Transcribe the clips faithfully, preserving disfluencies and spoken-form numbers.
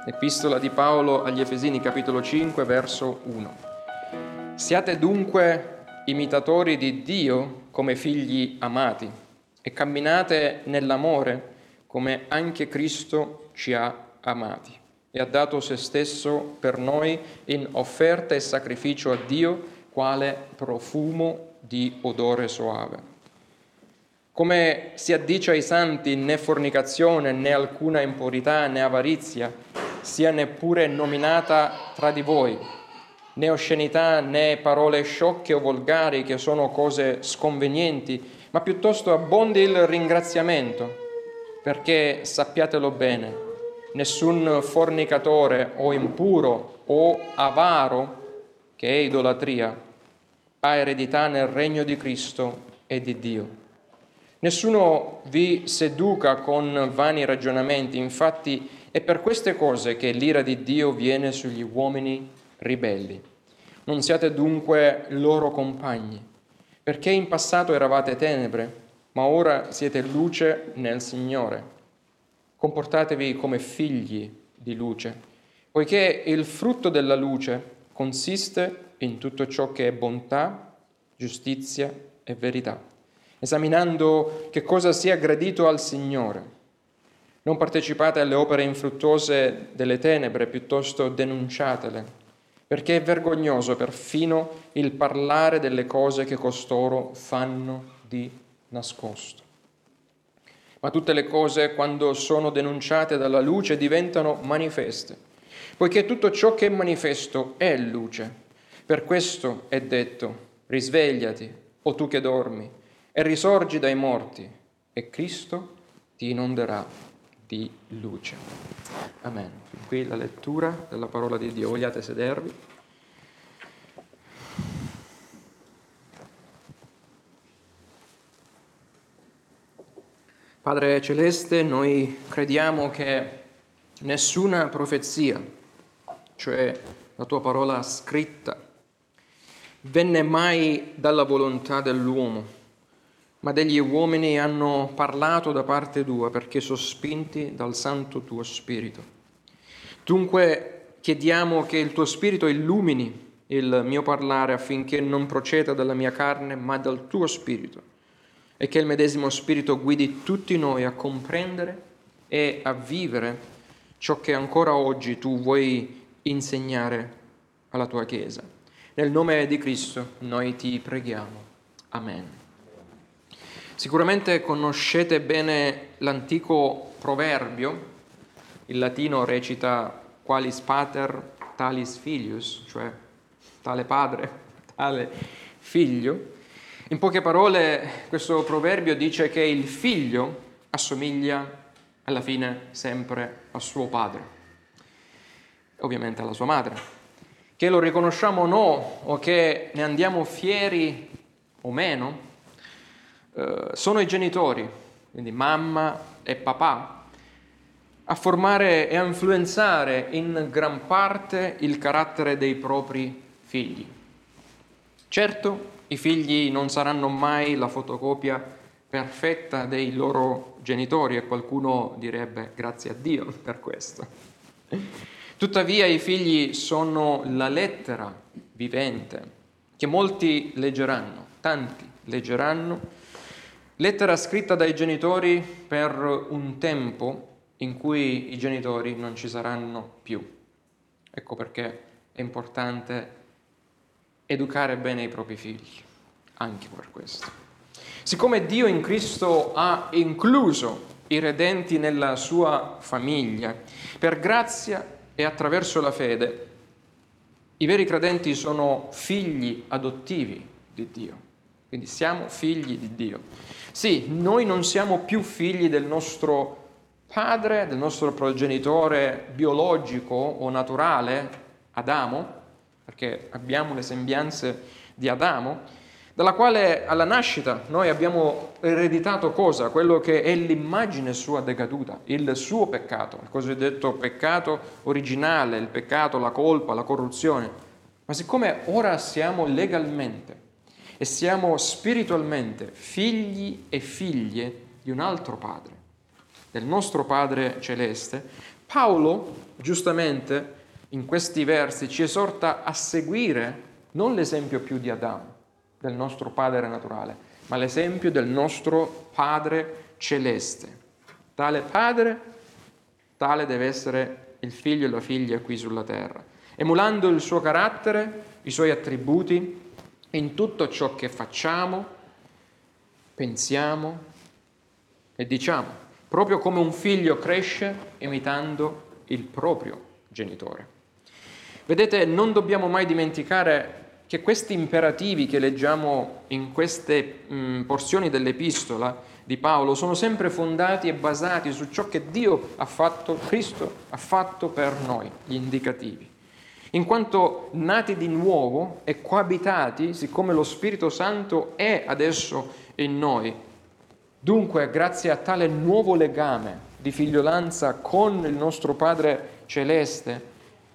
Epistola di Paolo agli Efesini, capitolo cinque, verso uno. Siate dunque imitatori di Dio come figli amati e camminate nell'amore come anche Cristo ci ha amati e ha dato se stesso per noi in offerta e sacrificio a Dio quale profumo di odore soave. Come si addice ai santi, né fornicazione, né alcuna impurità, né avarizia sia neppure nominata tra di voi, né oscenità, né parole sciocche o volgari, che sono cose sconvenienti, ma piuttosto abbondi il ringraziamento, perché sappiatelo bene, nessun fornicatore o impuro o avaro, che è idolatria, ha eredità nel regno di Cristo e di Dio. Nessuno vi seduca con vani ragionamenti, infatti è per queste cose che l'ira di Dio viene sugli uomini ribelli. Non siate dunque loro compagni, perché in passato eravate tenebre, ma ora siete luce nel Signore. Comportatevi come figli di luce, poiché il frutto della luce consiste in tutto ciò che è bontà, giustizia e verità, esaminando che cosa sia gradito al Signore. Non partecipate alle opere infruttuose delle tenebre, piuttosto denunciatele, perché è vergognoso perfino il parlare delle cose che costoro fanno di nascosto. Ma tutte le cose, quando sono denunciate dalla luce, diventano manifeste, poiché tutto ciò che è manifesto è luce. Per questo è detto: risvegliati, o tu che dormi, e risorgi dai morti, e Cristo ti inonderà di luce. Amen. Qui la lettura della parola di Dio. Vogliate sedervi? Padre Celeste, noi crediamo che nessuna profezia, cioè la tua parola scritta, venne mai dalla volontà dell'uomo, ma degli uomini hanno parlato da parte tua perché sospinti dal santo tuo Spirito. Dunque chiediamo che il tuo Spirito illumini il mio parlare affinché non proceda dalla mia carne ma dal tuo Spirito, e che il medesimo Spirito guidi tutti noi a comprendere e a vivere ciò che ancora oggi tu vuoi insegnare alla tua Chiesa. Nel nome di Cristo noi ti preghiamo. Amen. Sicuramente conoscete bene l'antico proverbio, il latino recita qualis pater talis filius, cioè tale padre, tale figlio. In poche parole questo proverbio dice che il figlio assomiglia alla fine sempre al suo padre, ovviamente alla sua madre. Che lo riconosciamo o no, o che ne andiamo fieri o meno, Uh, sono i genitori, quindi mamma e papà, a formare e a influenzare in gran parte il carattere dei propri figli. Certo, i figli non saranno mai la fotocopia perfetta dei loro genitori, e qualcuno direbbe grazie a Dio per questo. Tuttavia i figli sono la lettera vivente che molti leggeranno, tanti leggeranno, lettera scritta dai genitori per un tempo in cui i genitori non ci saranno più. Ecco perché è importante educare bene i propri figli, anche per questo. Siccome Dio in Cristo ha incluso i redenti nella sua famiglia, per grazia e attraverso la fede, i veri credenti sono figli adottivi di Dio. Quindi siamo figli di Dio. Sì, noi non siamo più figli del nostro padre, del nostro progenitore biologico o naturale, Adamo, perché abbiamo le sembianze di Adamo, dalla quale alla nascita noi abbiamo ereditato cosa? Quello che è l'immagine sua decaduta, il suo peccato, il cosiddetto peccato originale, il peccato, la colpa, la corruzione. Ma siccome ora siamo legalmente e siamo spiritualmente figli e figlie di un altro Padre, del nostro Padre Celeste, Paolo, giustamente, in questi versi ci esorta a seguire non l'esempio più di Adamo, del nostro padre naturale, ma l'esempio del nostro Padre celeste. Tale padre, tale deve essere il figlio e la figlia qui sulla terra, emulando il suo carattere, i suoi attributi, in tutto ciò che facciamo, pensiamo e diciamo, proprio come un figlio cresce imitando il proprio genitore. Vedete, non dobbiamo mai dimenticare che questi imperativi che leggiamo in queste mh, porzioni dell'epistola di Paolo sono sempre fondati e basati su ciò che Dio ha fatto, Cristo ha fatto per noi, gli indicativi. In quanto nati di nuovo e coabitati, siccome lo Spirito Santo è adesso in noi. Dunque, grazie a tale nuovo legame di figliolanza con il nostro Padre Celeste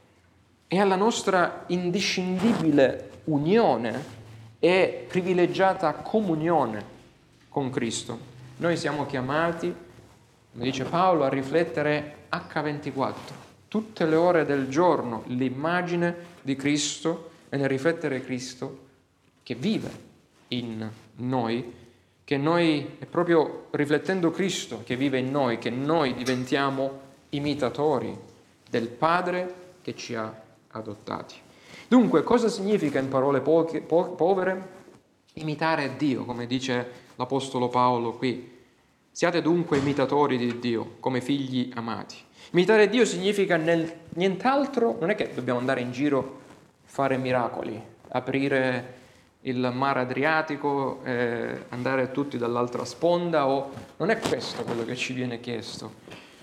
e alla nostra indiscindibile unione e privilegiata comunione con Cristo, noi siamo chiamati, come dice Paolo, a riflettere acca ventiquattro, tutte le ore del giorno, l'immagine di Cristo e nel riflettere Cristo che vive in noi, che noi, è proprio riflettendo Cristo che vive in noi, che noi diventiamo imitatori del Padre che ci ha adottati. Dunque, cosa significa in parole poche, po- povere? Imitare Dio, come dice l'Apostolo Paolo qui. Siate dunque imitatori di Dio, come figli amati. Imitare Dio significa nel, nient'altro, non è che dobbiamo andare in giro a fare miracoli, aprire il mare Adriatico, eh, andare tutti dall'altra sponda, o non è questo quello che ci viene chiesto.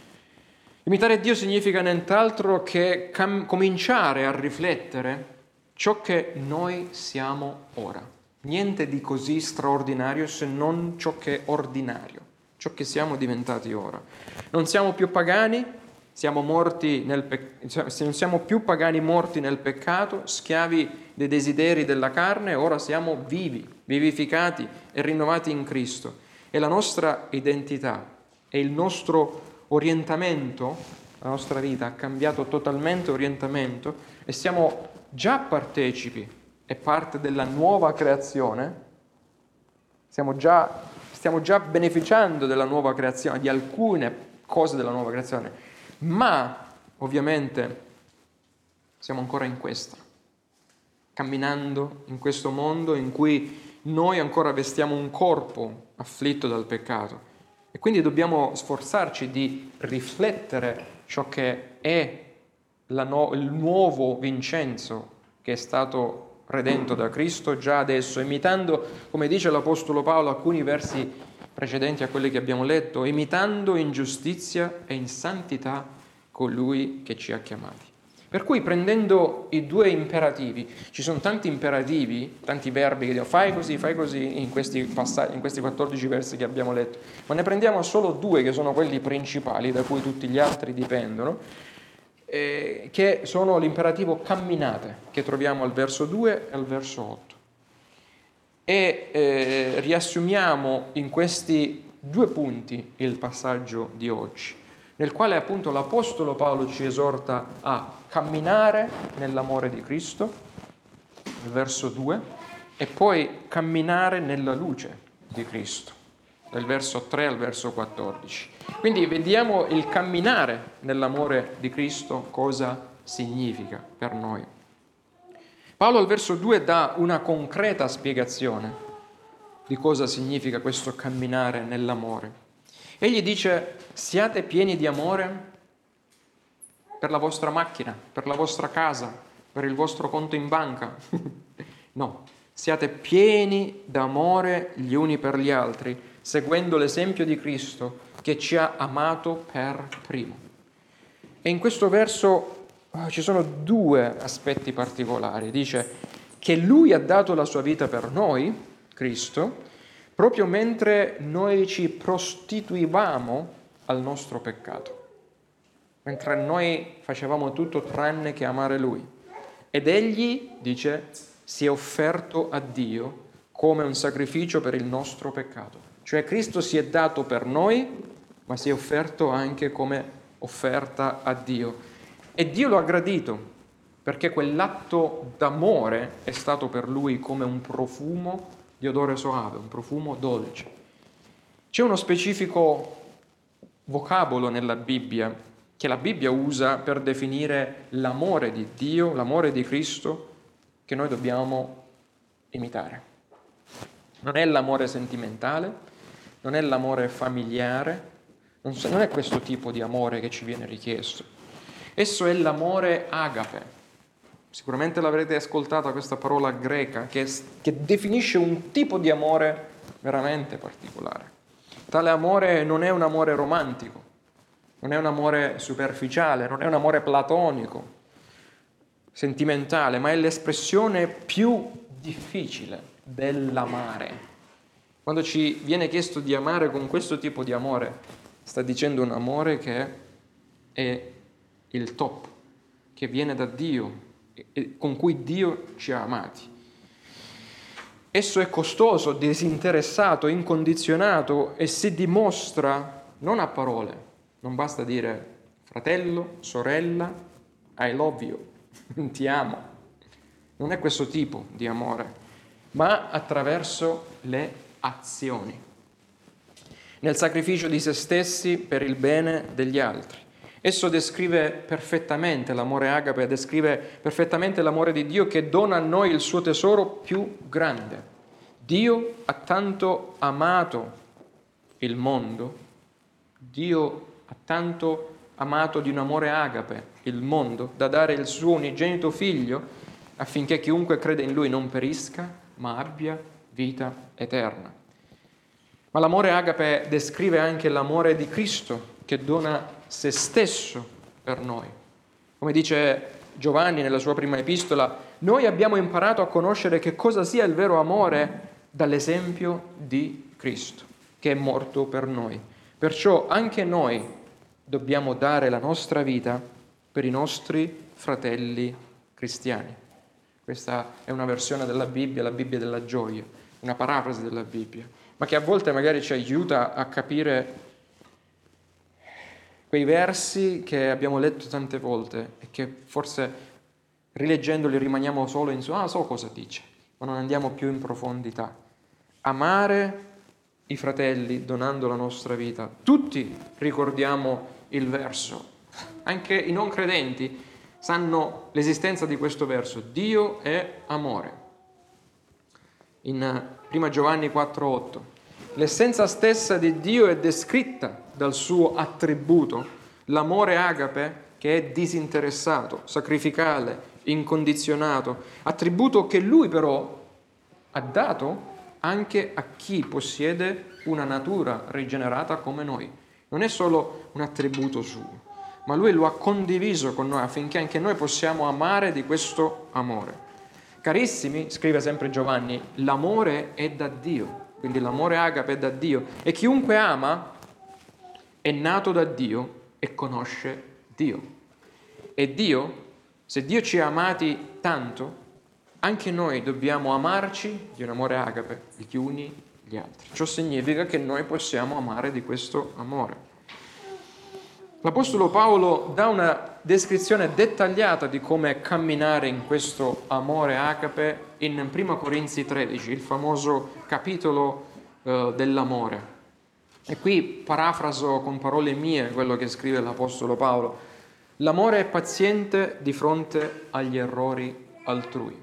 Imitare Dio significa nient'altro che cam- cominciare a riflettere ciò che noi siamo ora. Niente di così straordinario se non ciò che è ordinario, ciò che siamo diventati ora. Non siamo più pagani, siamo morti nel pe- non siamo più pagani morti nel peccato, schiavi dei desideri della carne, ora siamo vivi, vivificati e rinnovati in Cristo. E la nostra identità e il nostro orientamento, la nostra vita ha cambiato totalmente orientamento e siamo già partecipi e parte della nuova creazione, siamo già, stiamo già beneficiando della nuova creazione, di alcune cose della nuova creazione, ma ovviamente siamo ancora in questa, camminando in questo mondo in cui noi ancora vestiamo un corpo afflitto dal peccato. E quindi dobbiamo sforzarci di riflettere ciò che è la no- il nuovo Vincenzo che è stato redento da Cristo già adesso, imitando, come dice l'Apostolo Paolo, alcuni versi precedenti a quelli che abbiamo letto, imitando in giustizia e in santità colui che ci ha chiamati. Per cui, prendendo i due imperativi, ci sono tanti imperativi, tanti verbi che dicono fai così, fai così in questi passaggi, in questi quattordici versi che abbiamo letto, ma ne prendiamo solo due che sono quelli principali, da cui tutti gli altri dipendono, eh, che sono l'imperativo camminate, che troviamo al verso due e al verso otto. E eh, riassumiamo in questi due punti il passaggio di oggi, nel quale appunto l'Apostolo Paolo ci esorta a camminare nell'amore di Cristo, nel verso due, e poi camminare nella luce di Cristo, dal verso tre al verso quattordici. Quindi vediamo il camminare nell'amore di Cristo cosa significa per noi. Paolo al verso due dà una concreta spiegazione di cosa significa questo camminare nell'amore. Egli dice: siate pieni di amore per la vostra macchina, per la vostra casa, per il vostro conto in banca. No, siate pieni d'amore gli uni per gli altri, seguendo l'esempio di Cristo che ci ha amato per primo. E in questo verso oh, ci sono due aspetti particolari. Dice che Lui ha dato la sua vita per noi, Cristo, proprio mentre noi ci prostituivamo al nostro peccato, mentre noi facevamo tutto tranne che amare Lui. Ed Egli, dice, si è offerto a Dio come un sacrificio per il nostro peccato. Cioè Cristo si è dato per noi, ma si è offerto anche come offerta a Dio. E Dio lo ha gradito, perché quell'atto d'amore è stato per lui come un profumo di odore soave, un profumo dolce. C'è uno specifico vocabolo nella Bibbia che la Bibbia usa per definire l'amore di Dio, l'amore di Cristo, che noi dobbiamo imitare. Non è l'amore sentimentale, non è l'amore familiare, non è questo tipo di amore che ci viene richiesto. Esso è l'amore agape. Sicuramente l'avrete ascoltata questa parola greca che, che definisce un tipo di amore veramente particolare. Tale amore non è un amore romantico, non è un amore superficiale, non è un amore platonico, sentimentale, ma è l'espressione più difficile dell'amare. Quando ci viene chiesto di amare con questo tipo di amore, sta dicendo un amore che è il top, che viene da Dio, e con cui Dio ci ha amati. Esso è costoso, disinteressato, incondizionato e si dimostra non a parole. Non basta dire fratello, sorella, I love you, ti amo. Non è questo tipo di amore, ma attraverso le azioni, nel sacrificio di se stessi per il bene degli altri. Esso descrive perfettamente l'amore agape, descrive perfettamente l'amore di Dio che dona a noi il suo tesoro più grande. Dio ha tanto amato il mondo, Dio ha tanto amato di un amore agape il mondo, da dare il suo unigenito figlio affinché chiunque crede in lui non perisca, ma abbia vita eterna. Ma l'amore agape descrive anche l'amore di Cristo che dona se stesso per noi. Come dice Giovanni nella sua prima epistola, noi abbiamo imparato a conoscere che cosa sia il vero amore dall'esempio di Cristo, che è morto per noi. Perciò anche noi dobbiamo dare la nostra vita per i nostri fratelli cristiani. Questa è una versione della Bibbia, la Bibbia della gioia, una parafrasi della Bibbia, ma che a volte magari ci aiuta a capire quei versi che abbiamo letto tante volte e che forse rileggendoli rimaniamo solo in su, ah, so cosa dice, ma non andiamo più in profondità. Amare i fratelli donando la nostra vita. Tutti ricordiamo il verso, anche i non credenti sanno l'esistenza di questo verso. Dio è amore. In prima Giovanni quattro otto. L'essenza stessa di Dio è descritta dal suo attributo, l'amore agape che è disinteressato, sacrificale, incondizionato, attributo che lui però ha dato anche a chi possiede una natura rigenerata come noi. Non è solo un attributo suo, ma lui lo ha condiviso con noi affinché anche noi possiamo amare di questo amore. Carissimi, scrive sempre Giovanni, l'amore è da Dio, quindi l'amore agape è da Dio, e chiunque ama è nato da Dio e conosce Dio. E Dio, se Dio ci ha amati tanto, anche noi dobbiamo amarci di un amore agape gli uni gli altri. Ciò significa che noi possiamo amare di questo amore. L'Apostolo Paolo dà una descrizione dettagliata di come camminare in questo amore agape in prima Corinzi tredici, il famoso capitolo eh, dell'amore. E qui parafraso con parole mie quello che scrive l'Apostolo Paolo. L'amore è paziente di fronte agli errori altrui.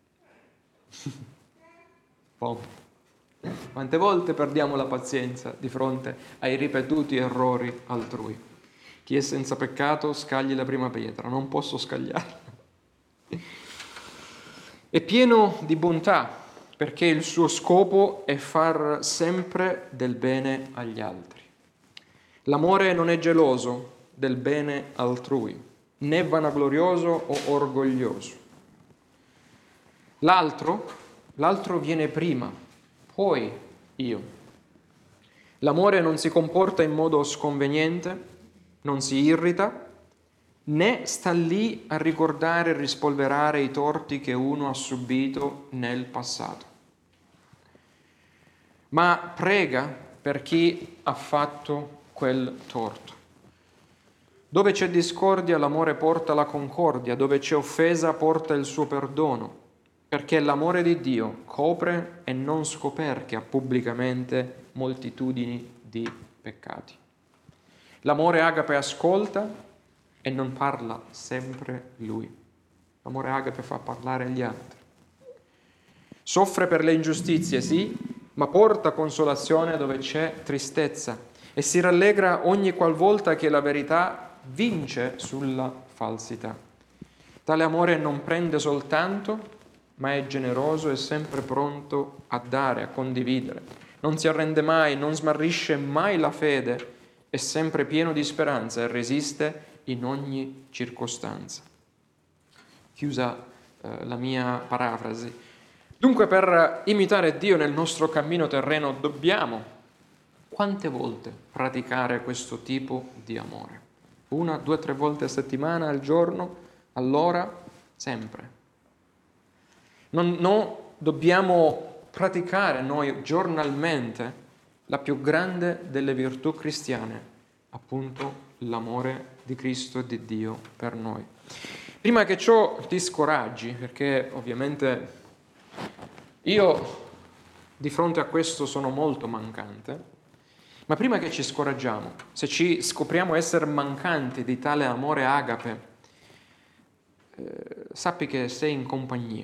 Quante volte perdiamo la pazienza di fronte ai ripetuti errori altrui? Chi è senza peccato scagli la prima pietra, non posso scagliarla. È pieno di bontà, perché il suo scopo è far sempre del bene agli altri. L'amore non è geloso del bene altrui, né vanaglorioso o orgoglioso. L'altro, l'altro viene prima, poi io. L'amore non si comporta in modo sconveniente, non si irrita, né sta lì a ricordare e rispolverare i torti che uno ha subito nel passato, ma prega per chi ha fatto quel torto. Dove c'è discordia, l'amore porta la concordia, dove c'è offesa, porta il suo perdono, perché l'amore di Dio copre e non scoperchia pubblicamente moltitudini di peccati. L'amore agape ascolta e non parla sempre lui. L'amore agape fa parlare gli altri. Soffre per le ingiustizie, sì, ma porta consolazione dove c'è tristezza e si rallegra ogni qualvolta che la verità vince sulla falsità. Tale amore non prende soltanto, ma è generoso e sempre pronto a dare, a condividere. Non si arrende mai, non smarrisce mai la fede, è sempre pieno di speranza e resiste in ogni circostanza. Chiusa eh, la mia parafrasi. Dunque, per imitare Dio nel nostro cammino terreno dobbiamo quante volte praticare questo tipo di amore? Una, due, tre volte a settimana, al giorno, all'ora, sempre. Non, non dobbiamo praticare noi giornalmente la più grande delle virtù cristiane, appunto l'amore di Cristo e di Dio per noi. Prima che ciò ti scoraggi, perché ovviamente io di fronte a questo sono molto mancante, ma prima che ci scoraggiamo, se ci scopriamo essere mancanti di tale amore agape, eh, sappi che sei in compagnia,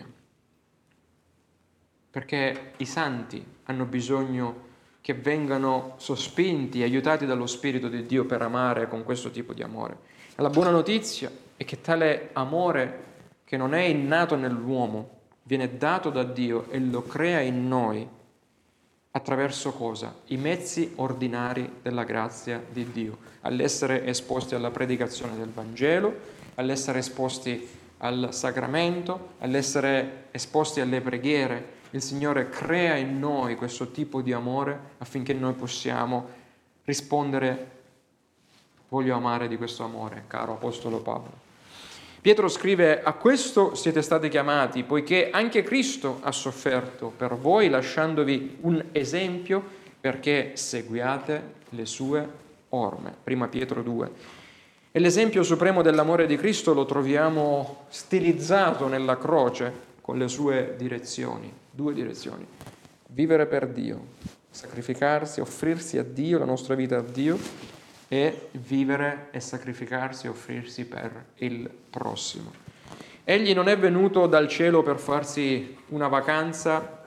perché i santi hanno bisogno che vengano sospinti, aiutati dallo Spirito di Dio per amare con questo tipo di amore. E la buona notizia è che tale amore, che non è innato nell'uomo, viene dato da Dio e lo crea in noi attraverso cosa? I mezzi ordinari della grazia di Dio, all'essere esposti alla predicazione del Vangelo, all'essere esposti al sacramento, all'essere esposti alle preghiere. Il Signore crea in noi questo tipo di amore affinché noi possiamo rispondere: voglio amare di questo amore, caro Apostolo Paolo. Pietro scrive: a questo siete stati chiamati, poiché anche Cristo ha sofferto per voi, lasciandovi un esempio perché seguiate le sue orme. Prima Pietro due. E l'esempio supremo dell'amore di Cristo lo troviamo stilizzato nella croce con le sue direzioni, due direzioni: vivere per Dio, sacrificarsi, offrirsi a Dio, la nostra vita a Dio, e vivere e sacrificarsi e offrirsi per il prossimo. Egli non è venuto dal cielo per farsi una vacanza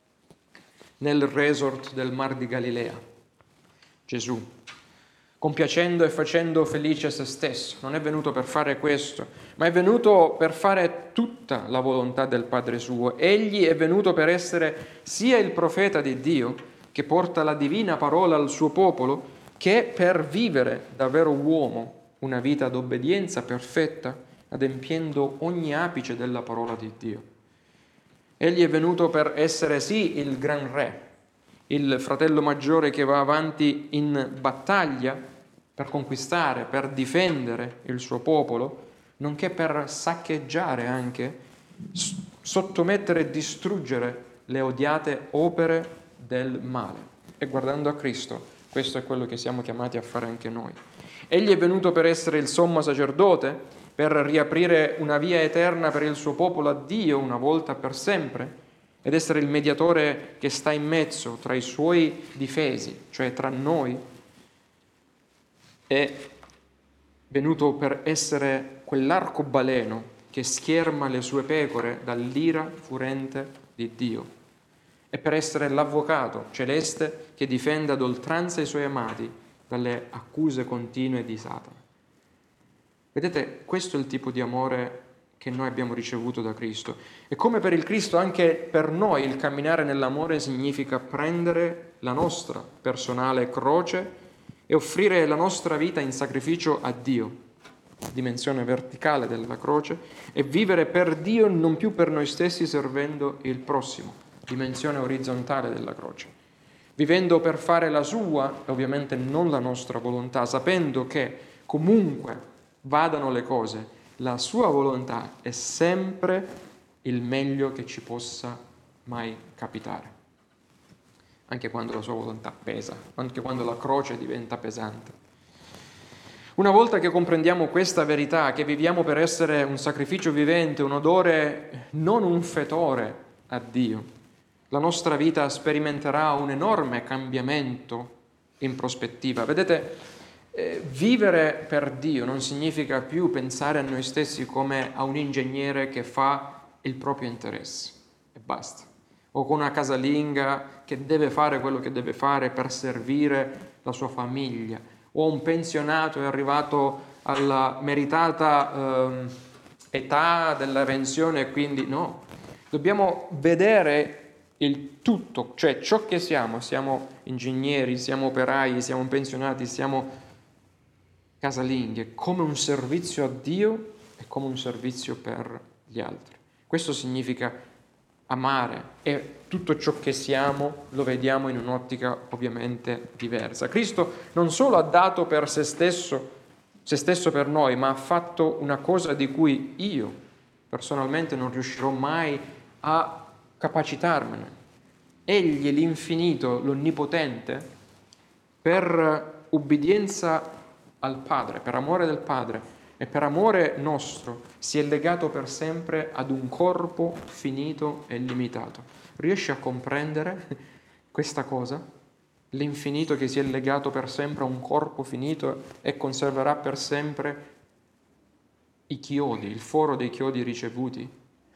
nel resort del Mar di Galilea, Gesù, compiacendo e facendo felice se stesso. Non è venuto per fare questo, ma è venuto per fare tutta la volontà del Padre suo. Egli è venuto per essere sia il profeta di Dio, che porta la divina parola al suo popolo, che per vivere da vero uomo una vita d'obbedienza perfetta, adempiendo ogni apice della parola di Dio. Egli è venuto per essere sì il gran re, il fratello maggiore che va avanti in battaglia per conquistare, per difendere il suo popolo, nonché per saccheggiare anche, sottomettere e distruggere le odiate opere del male. E guardando a Cristo, questo è quello che siamo chiamati a fare anche noi. Egli è venuto per essere il sommo sacerdote, per riaprire una via eterna per il suo popolo a Dio una volta per sempre, ed essere il mediatore che sta in mezzo tra i suoi difesi, cioè tra noi. È venuto per essere quell'arcobaleno che schierma le sue pecore dall'ira furente di Dio, e per essere l'avvocato celeste che difende ad oltranza i suoi amati dalle accuse continue di Satana. Vedete, questo è il tipo di amore che noi abbiamo ricevuto da Cristo. E come per il Cristo, anche per noi il camminare nell'amore significa prendere la nostra personale croce e offrire la nostra vita in sacrificio a Dio, dimensione verticale della croce, e vivere per Dio, non più per noi stessi, servendo il prossimo, dimensione orizzontale della croce, vivendo per fare la sua, ovviamente non la nostra volontà, sapendo che comunque vadano le cose, la sua volontà è sempre il meglio che ci possa mai capitare, anche quando la sua volontà pesa, anche quando la croce diventa pesante. Una volta che comprendiamo questa verità, che viviamo per essere un sacrificio vivente, un odore, non un fetore a Dio, la nostra vita sperimenterà un enorme cambiamento in prospettiva. Vedete, eh, vivere per Dio non significa più pensare a noi stessi come a un ingegnere che fa il proprio interesse e basta, o con una casalinga che deve fare quello che deve fare per servire la sua famiglia, o un pensionato è arrivato alla meritata eh, età della pensione e quindi no. Dobbiamo vedere il tutto, cioè ciò che siamo, siamo ingegneri, siamo operai, siamo pensionati, siamo casalinghe, come un servizio a Dio e come un servizio per gli altri. Questo significa amare, e tutto ciò che siamo lo vediamo in un'ottica ovviamente diversa. Cristo non solo ha dato per se stesso, se stesso per noi, ma ha fatto una cosa di cui io personalmente non riuscirò mai a capacitarmene. Egli, l'infinito, l'onnipotente, per ubbidienza al Padre, per amore del Padre e per amore nostro, si è legato per sempre ad un corpo finito e limitato. Riesci a comprendere questa cosa? L'infinito che si è legato per sempre a un corpo finito e conserverà per sempre i chiodi, il foro dei chiodi ricevuti?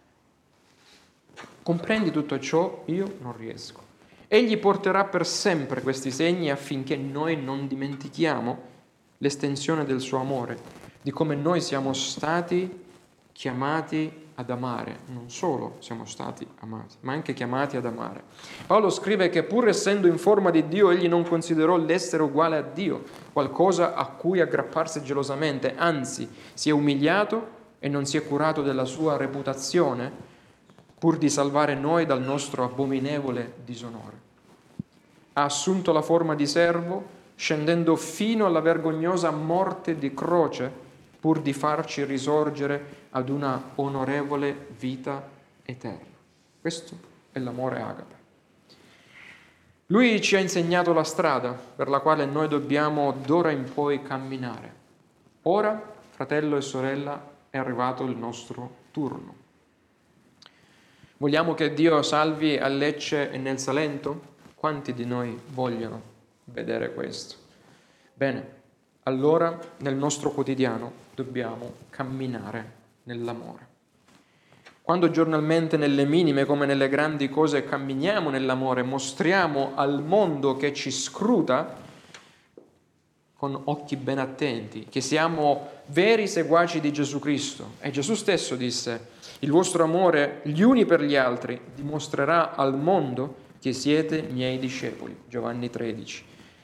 Comprendi tutto ciò? Io non riesco. Egli porterà per sempre questi segni affinché noi non dimentichiamo l'estensione del suo amore, di come noi siamo stati chiamati ad amare. Non solo siamo stati amati, ma anche chiamati ad amare. Paolo scrive che pur essendo in forma di Dio, egli non considerò l'essere uguale a Dio qualcosa a cui aggrapparsi gelosamente, anzi si è umiliato e non si è curato della sua reputazione, pur di salvare noi dal nostro abominevole disonore. Ha assunto la forma di servo, scendendo fino alla vergognosa morte di croce, pur di farci risorgere ad una onorevole vita eterna. Questo è l'amore agape. Lui ci ha insegnato la strada per la quale noi dobbiamo d'ora in poi camminare. Ora, fratello e sorella, è arrivato il nostro turno. Vogliamo che Dio salvi a Lecce e nel Salento? Quanti di noi vogliono vedere questo? Bene, allora nel nostro quotidiano dobbiamo camminare nell'amore. Quando giornalmente nelle minime come nelle grandi cose camminiamo nell'amore, mostriamo al mondo che ci scruta con occhi ben attenti, che siamo veri seguaci di Gesù Cristo. E Gesù stesso disse: il vostro amore gli uni per gli altri dimostrerà al mondo che siete miei discepoli. Giovanni tredici.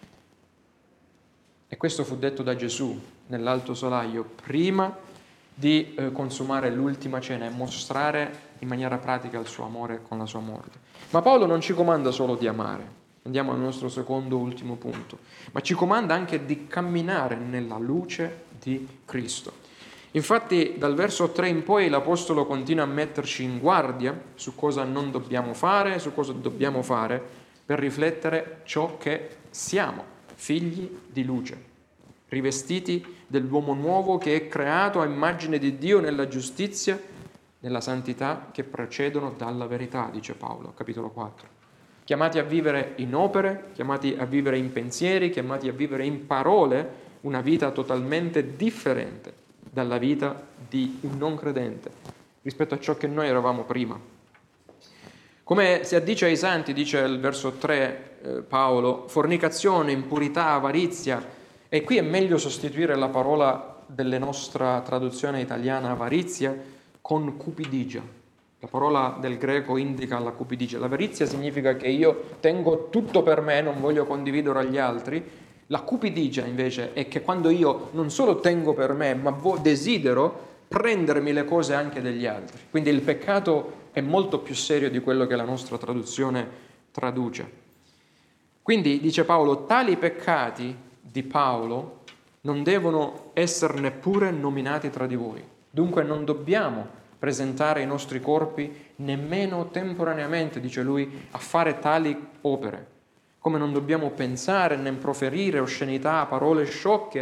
E questo fu detto da Gesù nell'alto solaio prima di eh, consumare l'ultima cena e mostrare in maniera pratica il suo amore con la sua morte. Ma Paolo non ci comanda solo di amare, andiamo al nostro secondo ultimo punto, ma ci comanda anche di camminare nella luce di Cristo. Infatti dal verso tre in poi l'Apostolo continua a metterci in guardia su cosa non dobbiamo fare, su cosa dobbiamo fare per riflettere ciò che siamo. Figli di luce, rivestiti dell'uomo nuovo che è creato a immagine di Dio nella giustizia, nella santità che precedono dalla verità, dice Paolo, capitolo quattro. Chiamati a vivere in opere, chiamati a vivere in pensieri, chiamati a vivere in parole una vita totalmente differente dalla vita di un non credente rispetto a ciò che noi eravamo prima. Come si addice ai santi, dice il verso tre eh, Paolo, fornicazione, impurità, avarizia, e qui è meglio sostituire la parola della nostra traduzione italiana avarizia con cupidigia. La parola del greco indica la cupidigia. L'avarizia significa che io tengo tutto per me, non voglio condividere agli altri. La cupidigia invece è che quando io non solo tengo per me, ma desidero prendermi le cose anche degli altri. Quindi il peccato è molto più serio di quello che la nostra traduzione traduce. Quindi, dice Paolo, tali peccati di Paolo non devono essere neppure nominati tra di voi. Dunque non dobbiamo presentare i nostri corpi nemmeno temporaneamente, dice lui, a fare tali opere. Come non dobbiamo pensare né proferire oscenità, parole sciocche,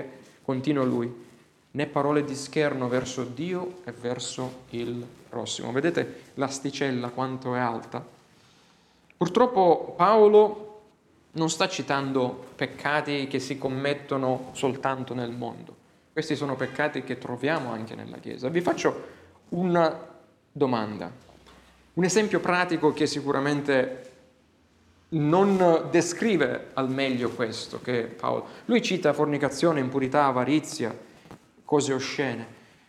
continua lui, né parole di scherno verso Dio e verso il prossimo. Vedete l'asticella quanto è alta? Purtroppo Paolo non sta citando peccati che si commettono soltanto nel mondo. Questi sono peccati che troviamo anche nella Chiesa. Vi faccio una domanda, un esempio pratico che sicuramente non descrive al meglio questo che Paolo. Lui cita fornicazione, impurità, avarizia, cose oscene.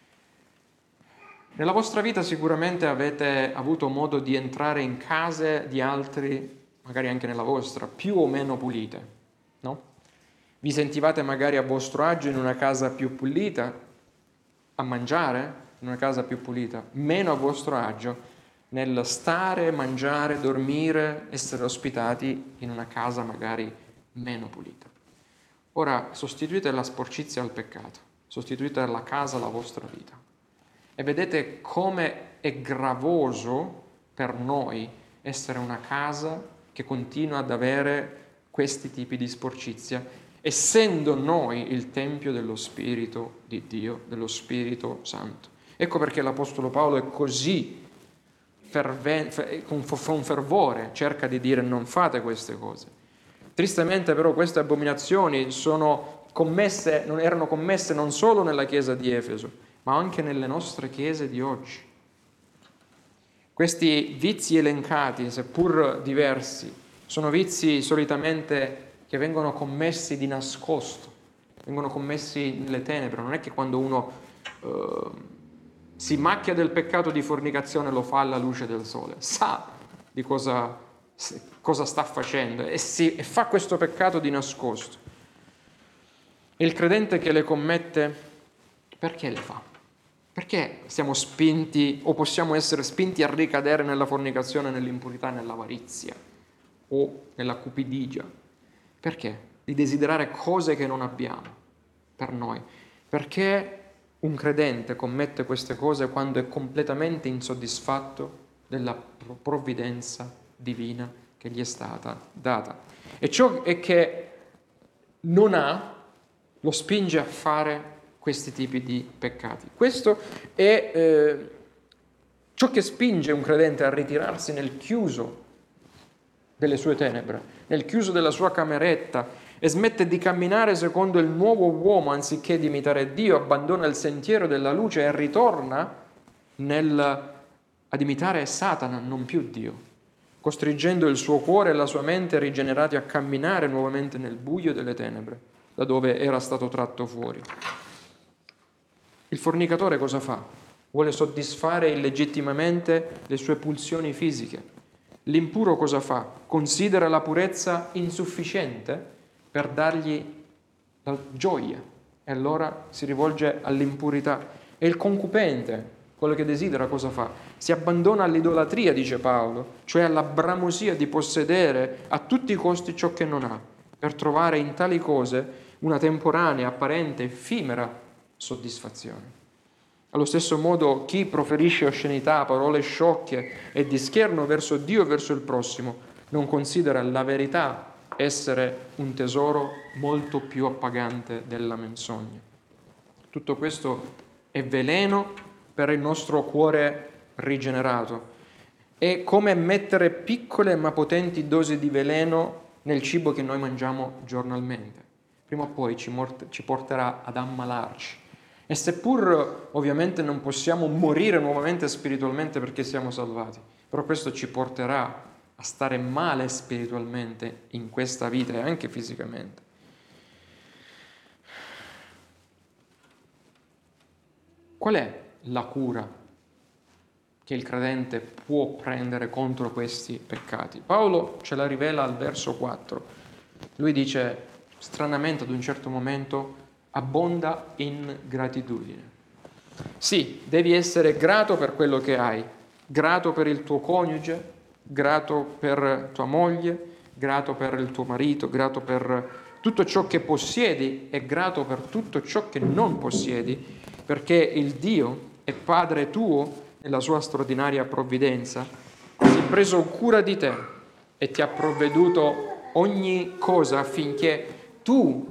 Nella vostra vita sicuramente avete avuto modo di entrare in case di altri, magari anche nella vostra, più o meno pulite, no? Vi sentivate magari a vostro agio in una casa più pulita, a mangiare in una casa più pulita, meno a vostro agio nel stare, mangiare, dormire, essere ospitati in una casa magari meno pulita. Ora sostituite la sporcizia al peccato, sostituite la casa alla vostra vita e vedete come è gravoso per noi essere una casa che continua ad avere questi tipi di sporcizia, essendo noi il tempio dello Spirito di Dio, dello Spirito Santo. Ecco perché l'Apostolo Paolo è così ferve, con fervore cerca di dire non fate queste cose. Tristemente però queste abominazioni sono commesse, non erano commesse non solo nella chiesa di Efeso, ma anche nelle nostre chiese di oggi. Questi vizi elencati, seppur diversi, sono vizi solitamente che vengono commessi di nascosto, vengono commessi nelle tenebre. Non è che quando uno eh, si macchia del peccato di fornicazione lo fa alla luce del sole, sa di cosa, cosa sta facendo e, si, e fa questo peccato di nascosto. E il credente che le commette, perché le fa? Perché siamo spinti o possiamo essere spinti a ricadere nella fornicazione, nell'impurità, nell'avarizia o nella cupidigia? Perché? Di desiderare cose che non abbiamo per noi. Perché un credente commette queste cose quando è completamente insoddisfatto della provvidenza divina che gli è stata data. E ciò è che non ha lo spinge a fare questi tipi di peccati. Questo è eh, ciò che spinge un credente a ritirarsi nel chiuso delle sue tenebre, nel chiuso della sua cameretta e smette di camminare secondo il nuovo uomo anziché di imitare Dio, abbandona il sentiero della luce e ritorna nel, ad imitare Satana, non più Dio, costringendo il suo cuore e la sua mente rigenerati a camminare nuovamente nel buio delle tenebre, da dove era stato tratto fuori. Il fornicatore cosa fa? Vuole soddisfare illegittimamente le sue pulsioni fisiche. L'impuro cosa fa? Considera la purezza insufficiente per dargli la gioia e allora si rivolge all'impurità. E il concupente, quello che desidera, cosa fa? Si abbandona all'idolatria, dice Paolo, cioè alla bramosia di possedere a tutti i costi ciò che non ha, per trovare in tali cose una temporanea, apparente, effimera soddisfazione. Allo stesso modo, chi proferisce oscenità, parole sciocche e di scherno verso Dio e verso il prossimo, non considera la verità essere un tesoro molto più appagante della menzogna. Tutto questo è veleno per il nostro cuore rigenerato. È come mettere piccole ma potenti dosi di veleno nel cibo che noi mangiamo giornalmente. Prima o poi ci, mort- ci porterà ad ammalarci. E seppur ovviamente non possiamo morire nuovamente spiritualmente perché siamo salvati, però questo ci porterà a stare male spiritualmente in questa vita e anche fisicamente. Qual è la cura che il credente può prendere contro questi peccati? Paolo ce la rivela al verso quattro. Lui dice, stranamente ad un certo momento, abbonda in gratitudine. Sì, devi essere grato per quello che hai, grato per il tuo coniuge, grato per tua moglie, grato per il tuo marito, grato per tutto ciò che possiedi e grato per tutto ciò che non possiedi, perché il Dio e Padre tuo, nella sua straordinaria provvidenza, si è preso cura di te e ti ha provveduto ogni cosa affinché tu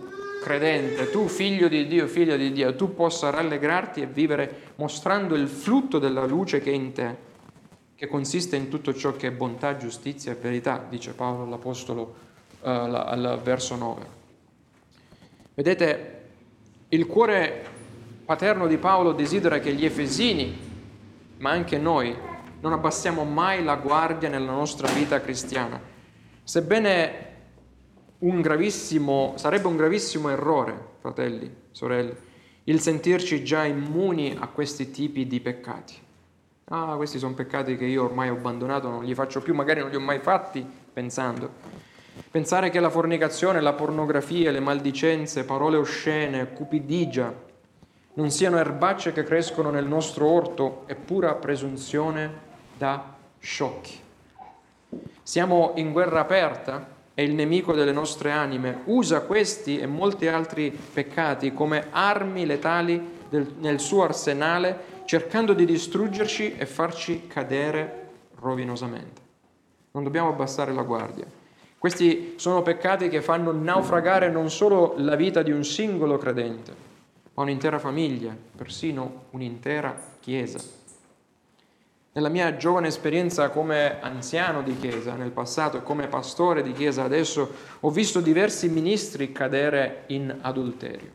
credente, tu figlio di Dio, figlia di Dio, tu possa rallegrarti e vivere mostrando il frutto della luce che è in te, che consiste in tutto ciò che è bontà, giustizia e verità, dice Paolo l'Apostolo uh, al verso nove. Vedete, il cuore paterno di Paolo desidera che gli Efesini, ma anche noi, non abbassiamo mai la guardia nella nostra vita cristiana, sebbene un gravissimo, sarebbe un gravissimo errore, fratelli, sorelle, il sentirci già immuni a questi tipi di peccati. Ah, questi sono peccati che io ormai ho abbandonato, non li faccio più, magari non li ho mai fatti pensando. Pensare che la fornicazione, la pornografia, le maldicenze, parole oscene, cupidigia non siano erbacce che crescono nel nostro orto è pura presunzione da sciocchi. Siamo in guerra aperta e il nemico delle nostre anime usa questi e molti altri peccati come armi letali del, nel suo arsenale, cercando di distruggerci e farci cadere rovinosamente. Non dobbiamo abbassare la guardia. Questi sono peccati che fanno naufragare non solo la vita di un singolo credente, ma un'intera famiglia, persino un'intera chiesa. Nella mia giovane esperienza come anziano di chiesa nel passato e come pastore di chiesa adesso, ho visto diversi ministri cadere in adulterio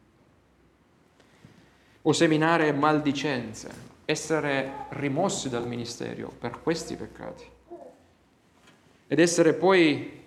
o seminare maldicenze, essere rimossi dal ministero per questi peccati ed essere poi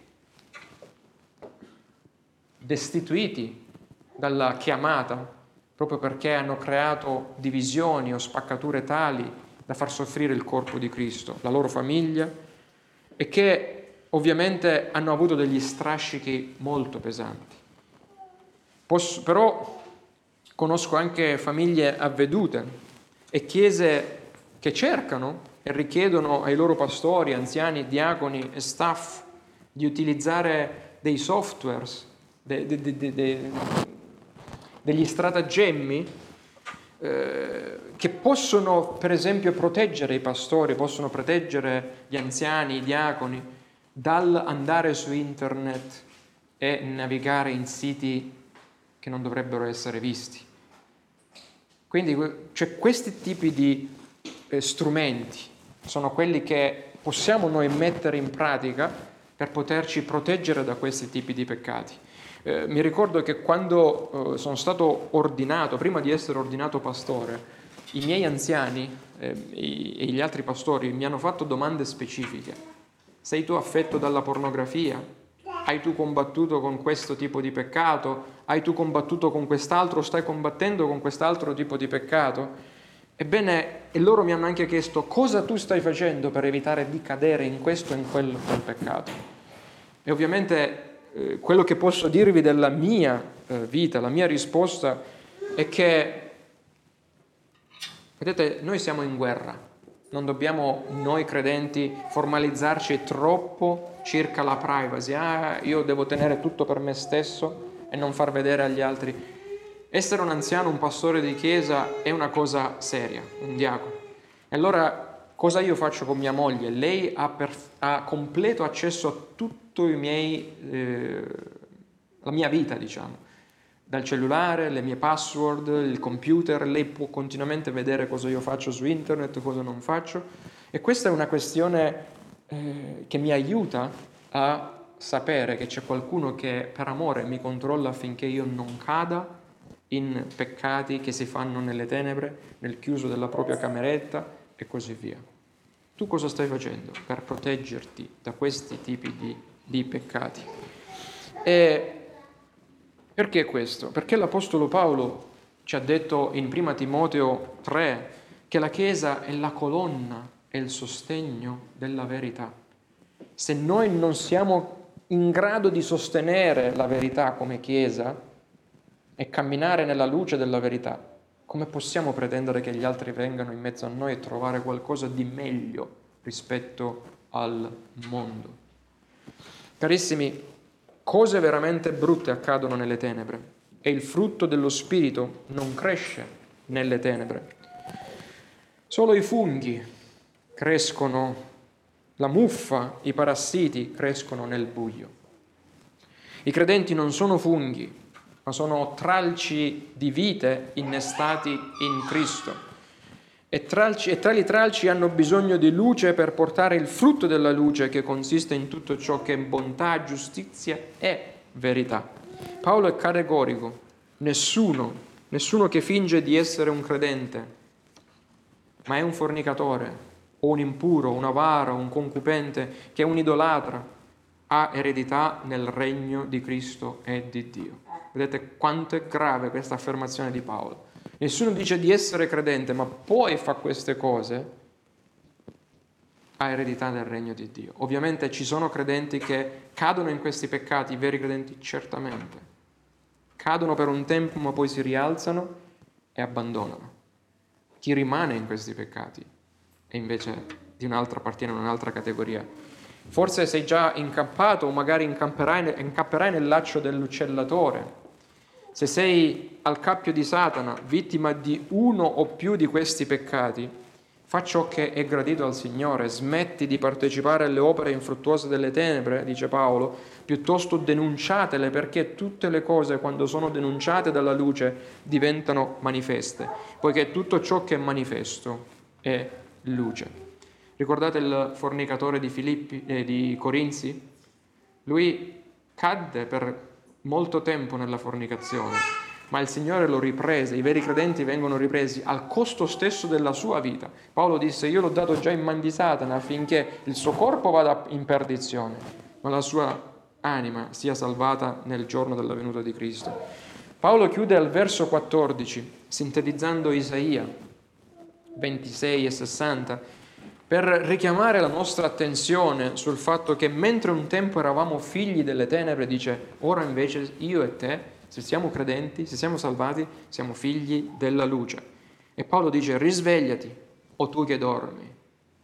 destituiti dalla chiamata proprio perché hanno creato divisioni o spaccature tali da far soffrire il corpo di Cristo, la loro famiglia, e che ovviamente hanno avuto degli strascichi molto pesanti. Posso, però conosco anche famiglie avvedute e chiese che cercano e richiedono ai loro pastori, anziani, diaconi e staff di utilizzare dei softwares, de, de, de, de, de, degli stratagemmi eh, che possono per esempio proteggere i pastori, possono proteggere gli anziani, i diaconi dal andare su internet e navigare in siti che non dovrebbero essere visti. Quindi cioè, questi tipi di eh, strumenti sono quelli che possiamo noi mettere in pratica per poterci proteggere da questi tipi di peccati. Eh, mi ricordo che quando eh, sono stato ordinato, prima di essere ordinato pastore, i miei anziani eh, e gli altri pastori mi hanno fatto domande specifiche. Sei tu affetto dalla pornografia? Hai tu combattuto con questo tipo di peccato? Hai tu combattuto con quest'altro? Stai combattendo con quest'altro tipo di peccato? Ebbene, e loro mi hanno anche chiesto cosa tu stai facendo per evitare di cadere in questo e in quel, quel peccato. E ovviamente eh, quello che posso dirvi della mia eh, vita, la mia risposta è che, vedete, noi siamo in guerra, non dobbiamo noi credenti formalizzarci troppo circa la privacy, ah, io devo tenere tutto per me stesso e non far vedere agli altri. Essere un anziano, un pastore di chiesa è una cosa seria, un diacono. E allora cosa io faccio con mia moglie? Lei ha, per, ha completo accesso a tutto i miei, eh, la mia vita, diciamo. Dal cellulare, le mie password, il computer, lei può continuamente vedere cosa io faccio su internet, cosa non faccio. E questa è una questione eh, che mi aiuta a sapere che c'è qualcuno che per amore mi controlla affinché io non cada in peccati che si fanno nelle tenebre, nel chiuso della propria cameretta e così via. Tu cosa stai facendo per proteggerti da questi tipi di, di peccati? E perché questo? Perché l'Apostolo Paolo ci ha detto in prima Timoteo tre che la Chiesa è la colonna e il sostegno della verità. Se noi non siamo in grado di sostenere la verità come Chiesa e camminare nella luce della verità, come possiamo pretendere che gli altri vengano in mezzo a noi e trovare qualcosa di meglio rispetto al mondo? Carissimi, cose veramente brutte accadono nelle tenebre e il frutto dello Spirito non cresce nelle tenebre. Solo i funghi crescono, la muffa, i parassiti crescono nel buio. I credenti non sono funghi, ma sono tralci di vite innestati in Cristo. E, tralci, e tali tralci hanno bisogno di luce per portare il frutto della luce, che consiste in tutto ciò che è bontà, giustizia e verità. Paolo è categorico: nessuno, nessuno che finge di essere un credente, ma è un fornicatore, o un impuro, un avaro, un concupente, che è un idolatra, ha eredità nel regno di Cristo e di Dio. Vedete quanto è grave questa affermazione di Paolo. Nessuno dice di essere credente, ma poi fa queste cose, ha eredità nel regno di Dio. Ovviamente ci sono credenti che cadono in questi peccati, i veri credenti certamente. Cadono per un tempo, ma poi si rialzano e abbandonano. Chi rimane in questi peccati è invece di un'altra, appartiene a un'altra categoria. Forse sei già incappato o magari incamperai, incapperai nel laccio dell'uccellatore. Se sei al cappio di Satana, vittima di uno o più di questi peccati, fa ciò che è gradito al Signore, smetti di partecipare alle opere infruttuose delle tenebre, dice Paolo, piuttosto denunciatele, perché tutte le cose, quando sono denunciate dalla luce, diventano manifeste, poiché tutto ciò che è manifesto è luce. Ricordate il fornicatore di Filippi, eh, di Corinzi? Lui cadde per molto tempo nella fornicazione, ma il Signore lo riprese. I veri credenti vengono ripresi al costo stesso della sua vita. Paolo disse: io l'ho dato già in man di Satana affinché il suo corpo vada in perdizione, ma la sua anima sia salvata nel giorno della venuta di Cristo. Paolo chiude al verso quattordici, sintetizzando Isaia ventisei e sessanta, per richiamare la nostra attenzione sul fatto che mentre un tempo eravamo figli delle tenebre, dice, ora invece io e te, se siamo credenti, se siamo salvati, siamo figli della luce. E Paolo dice: risvegliati, o tu che dormi,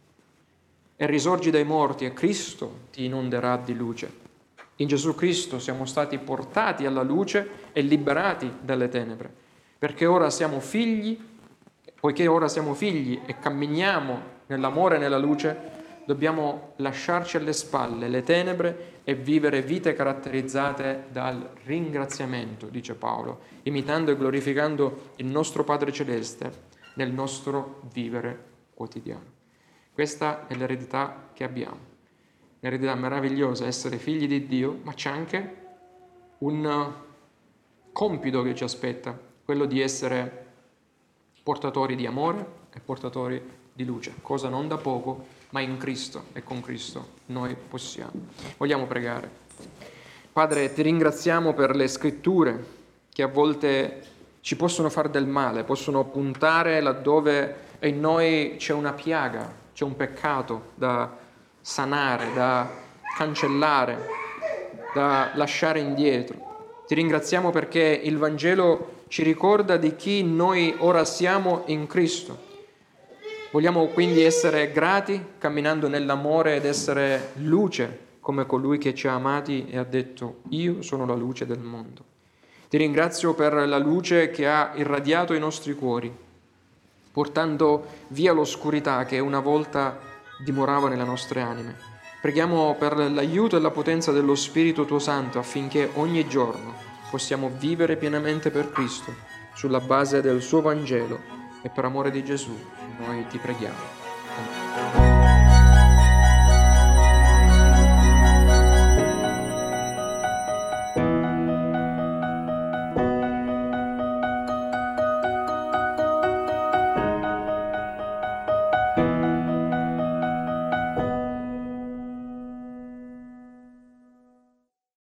e risorgi dai morti, e Cristo ti inonderà di luce. In Gesù Cristo siamo stati portati alla luce e liberati dalle tenebre, perché ora siamo figli, poiché ora siamo figli e camminiamo nell'amore e nella luce, dobbiamo lasciarci alle spalle le tenebre e vivere vite caratterizzate dal ringraziamento, dice Paolo, imitando e glorificando il nostro Padre Celeste nel nostro vivere quotidiano. Questa è l'eredità che abbiamo, un'eredità meravigliosa, essere figli di Dio, ma c'è anche un compito che ci aspetta, quello di essere portatori di amore e portatori di luce, cosa non da poco, ma in Cristo, e con Cristo noi possiamo. Vogliamo pregare. Padre, ti ringraziamo per le scritture che a volte ci possono far del male, possono puntare laddove in noi c'è una piaga, c'è un peccato da sanare, da cancellare, da lasciare indietro. Ti ringraziamo perché il Vangelo ci ricorda di chi noi ora siamo in Cristo. Vogliamo quindi essere grati, camminando nell'amore, ed essere luce come colui che ci ha amati e ha detto: io sono la luce del mondo. Ti ringrazio per la luce che ha irradiato i nostri cuori, portando via l'oscurità che una volta dimorava nelle nostre anime. Preghiamo per l'aiuto e la potenza dello Spirito tuo Santo, affinché ogni giorno possiamo vivere pienamente per Cristo, sulla base del suo Vangelo, e per amore di Gesù noi ti preghiamo.